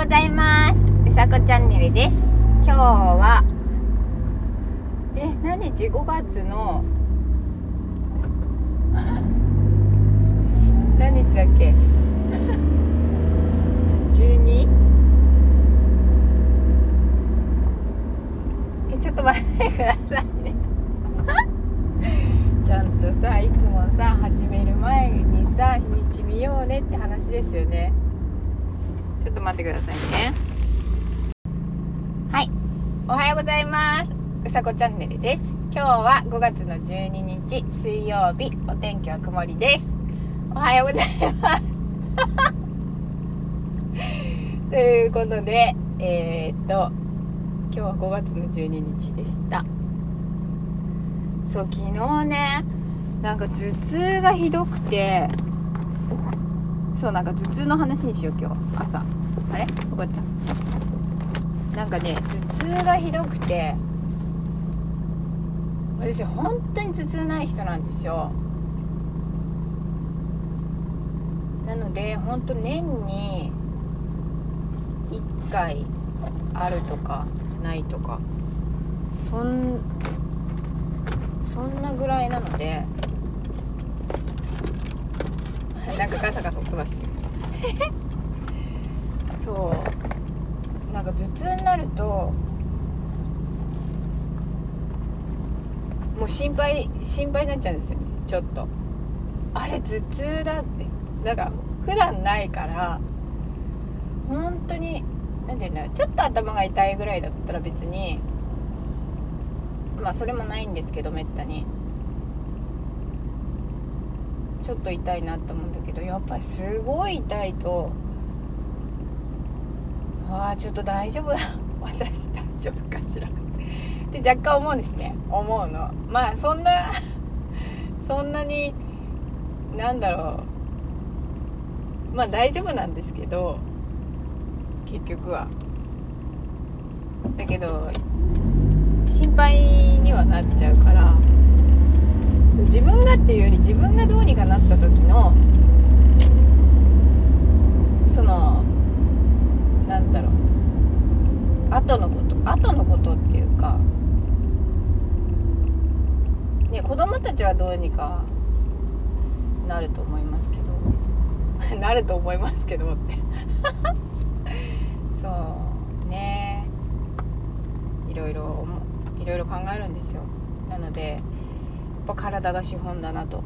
ございます。うさこチャンネルです。今日は何日？5月の何日だっけ12？ ちょっと待ってくださいねちゃんとさ、いつもさ始める前にさ日にち見ようねって話ですよね。ちょっと待ってくださいね。はい、おはようございます。うさこチャンネルです。今日は5月の12日水曜日、お天気は曇りです。おはようございますということで今日は5月の12日でした。そう、昨日ね、なんか頭痛がひどくて、そう、なんか頭痛の話にしよう。今日朝あれよかった。なんかね、頭痛がひどくて、私本当に頭痛ない人なんですよ。なので本当年に1回あるとかないとか、そんなぐらいなのでなんかガサガサ音がしてるそう、なんか頭痛になるともう心配になっちゃうんですよね。ちょっとあれ頭痛だって、だから普段ないから本当になんていうんだ、ちょっと頭が痛いぐらいだったら別に、まあそれもないんですけど、めったにちょっと痛いなと思うんだけど、やっぱりすごい痛いと、ちょっな大丈夫私大丈夫かしらって若干思うんですね。思うの。まあそんなになんだろう、まあ大丈夫なんですけど、結局はだけど心配にはなっちゃうから、自分がっていうより自分がどうにかなった時のそのなんだろう、後のことっていうかね、子供たちはどうにかなると思いますけどなると思いますけどってそうね、いろいろ考えるんですよ。なのでやっぱ体が資本だなと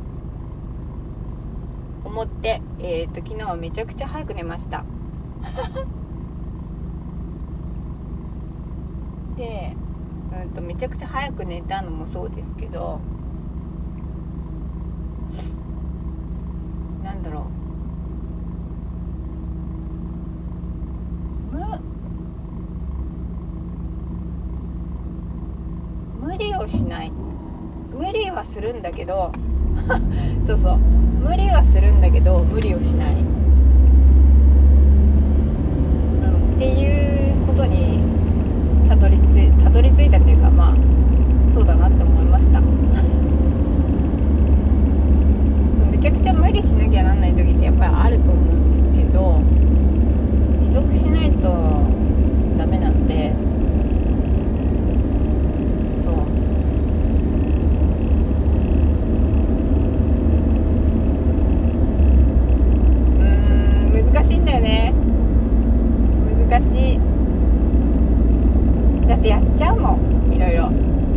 思って、昨日はめちゃくちゃ早く寝ましたで、めちゃくちゃ早く寝たのもそうですけど、なんだろう、無理をしない。無理はするんだけどそうそう、無理はするんだけど無理をしない、っていうことにたどり着いたっていうか、まあそうだなって思いましたそう、めちゃくちゃ無理しなきゃなんない時ってやっぱりあると思うんですけど、持続しないとダメなので、そう難しいんだよね。難しい。だってやっちゃうもん、いろいろ。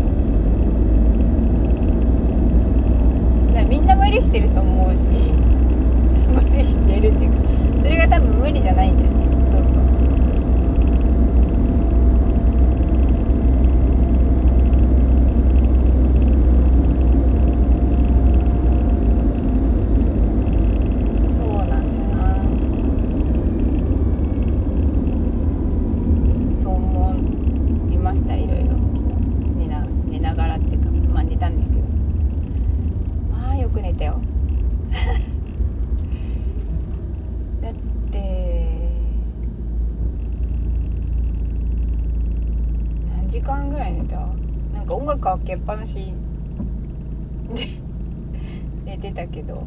みんな無理してると思うし無理してるっていうか、それが多分無理じゃないんだよね。そうそう、そうなんだよな。そう思いました。いろいろ昨日寝ながらっていうか、まあ寝たんですけど、まあよく寝たよだって何時間ぐらい寝た？なんか音楽かけっぱなしで寝てたけど、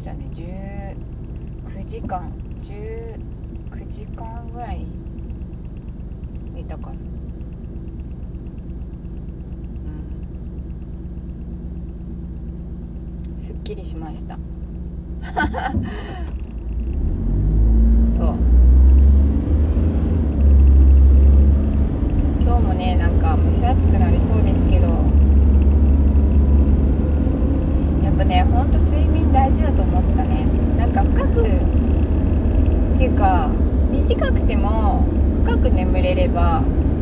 したね。19時間ぐらい寝たかな。すっきりしましたそう今日もね、なんか蒸し暑くなりそうですけど、やっぱね、ほんと睡眠大事だと思ったね。なんか深くっていうか、短くても深く眠れれば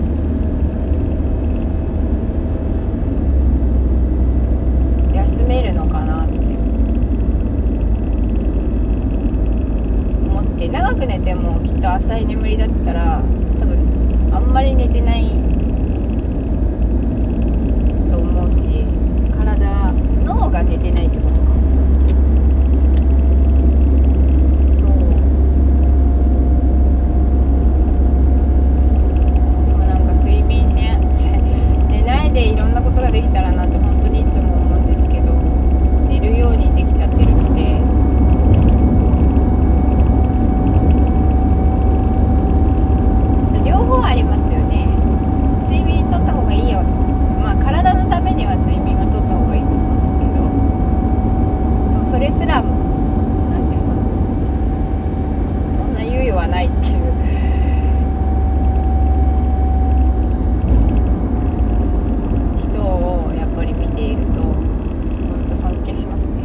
休めるのかなって思って、長く寝てもきっと浅い眠りだったら多分あんまり寝てないと思うし、脳が寝てないってことか。そうでもなんか睡眠ね寝ないでいろんなことができたらなって本当にいつも思うんですけど、寝るようにできちゃってるので、両方ありますよね。睡眠とった方がいいよ、まあ体のためには睡眠はとった方がいいと思うんですけど、でもそれすらなんていうのかな、そんな猶予はないっていう人をやっぱり見ていると本当尊敬しますね。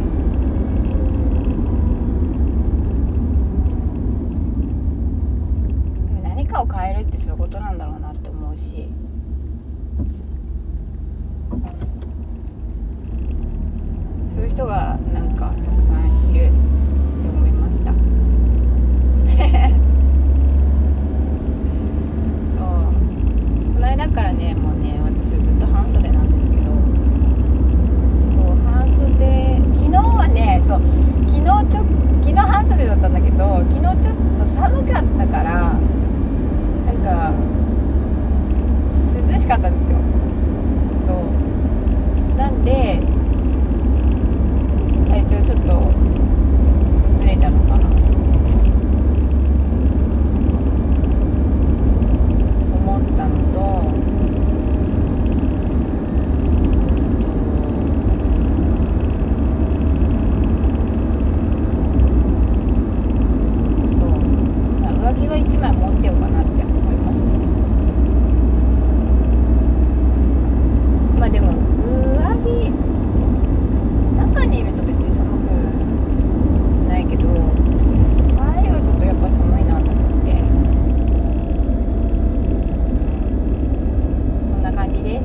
でも何かを変えるってそういうことなんだろうなって思うし、そういう人がなんかたくさんいるって思いましたそうこの間からね、もうね、私はずっと半袖なんですけど、そう半袖、昨日はね、そう昨日半袖だったんだけど、昨日ちょっと寒かったからなんか涼しかったんですよ。そうなんで体調ちょっと崩れたのかなと思ったのと、そう、上着は1枚持ってようかなって思いましたね。まあでも上着中にいると別に寒くないけど、帰りはちょっとやっぱ寒いなと思って、そんな感じです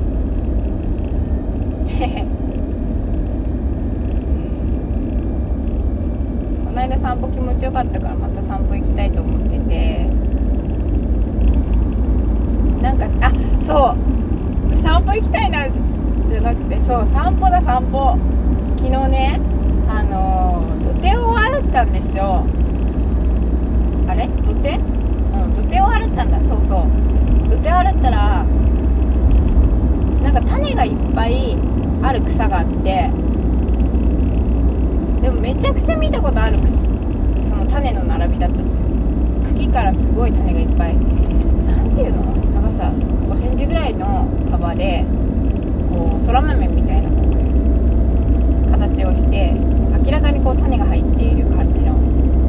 この間散歩気持ちよかったからまた散歩行きたいと思ってて、なんかそう散歩行きたいなじゃなくて、そう散歩昨日ね、土手を歩ったんですよ。あれ土手を歩ったんだ。そう土手を歩ったらなんか種がいっぱいある草があって、でもめちゃくちゃ見たことあるその種の並びだったんですよ。茎からすごい種がいっぱい、なんていうの、長さ5センチぐらいの幅でこう空豆みたいな形をして、明らかにこう種が入っている感じの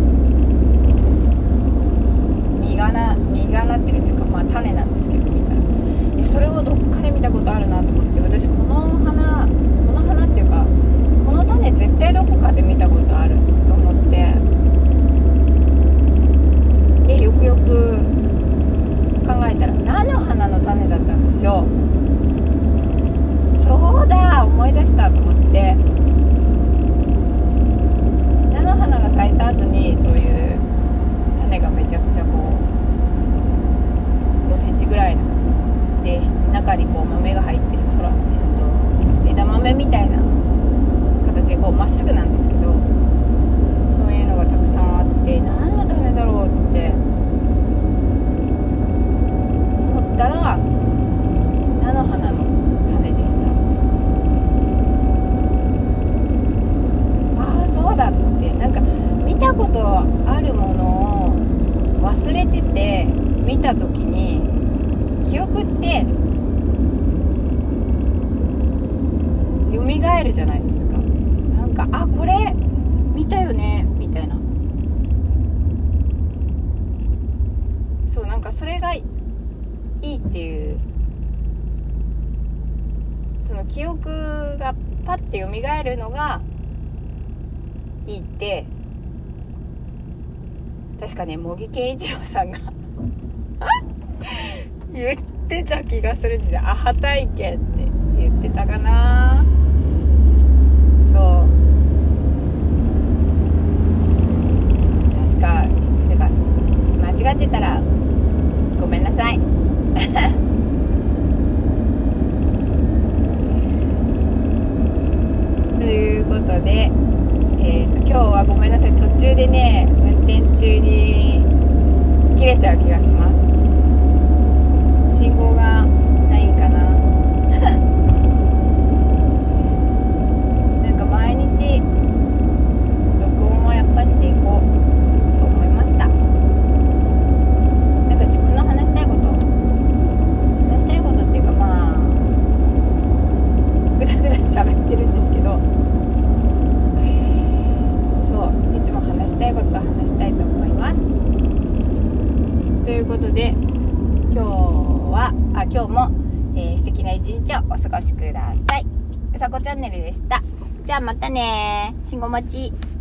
実がなってるというか、まあ種なんですけど、見たらでそれをどっかで見たことあるなと思って、私この花っていうかこの種絶対どこかで見たことあると思って、でよくよく考えたら菜の花の種だったんですよ。そうだ、思い出したと思って、菜の花が咲いた後にそういう種がめちゃくちゃこう5センチぐらいので、中にこう豆が入ってる枝豆みたいな形でこうまっすぐなんですけど、そういうのがたくさんあって、何の種だろうって思ったら菜の花の種でした。ああそうだと思って、 その記憶がパッて蘇るのがいいって確かね茂木健一郎さんが言ってた気がするんですよ。アハ体験って言ってたかな。そう確か言ってた感じ。間違ってたらごめんなさいということで、今日はごめんなさい、途中でね運転中に切れちゃう気がします。信号がないかななんか毎日録音をやっぱしていこうと思いました。なんか自分の話したいことっていうか、まあぐだぐだ喋ってるんですけど、そういつも話したいことは話したいと思います。ということで今日も、素敵な一日をお過ごしください。うさこチャンネルでした。じゃあまたね。信号待ち。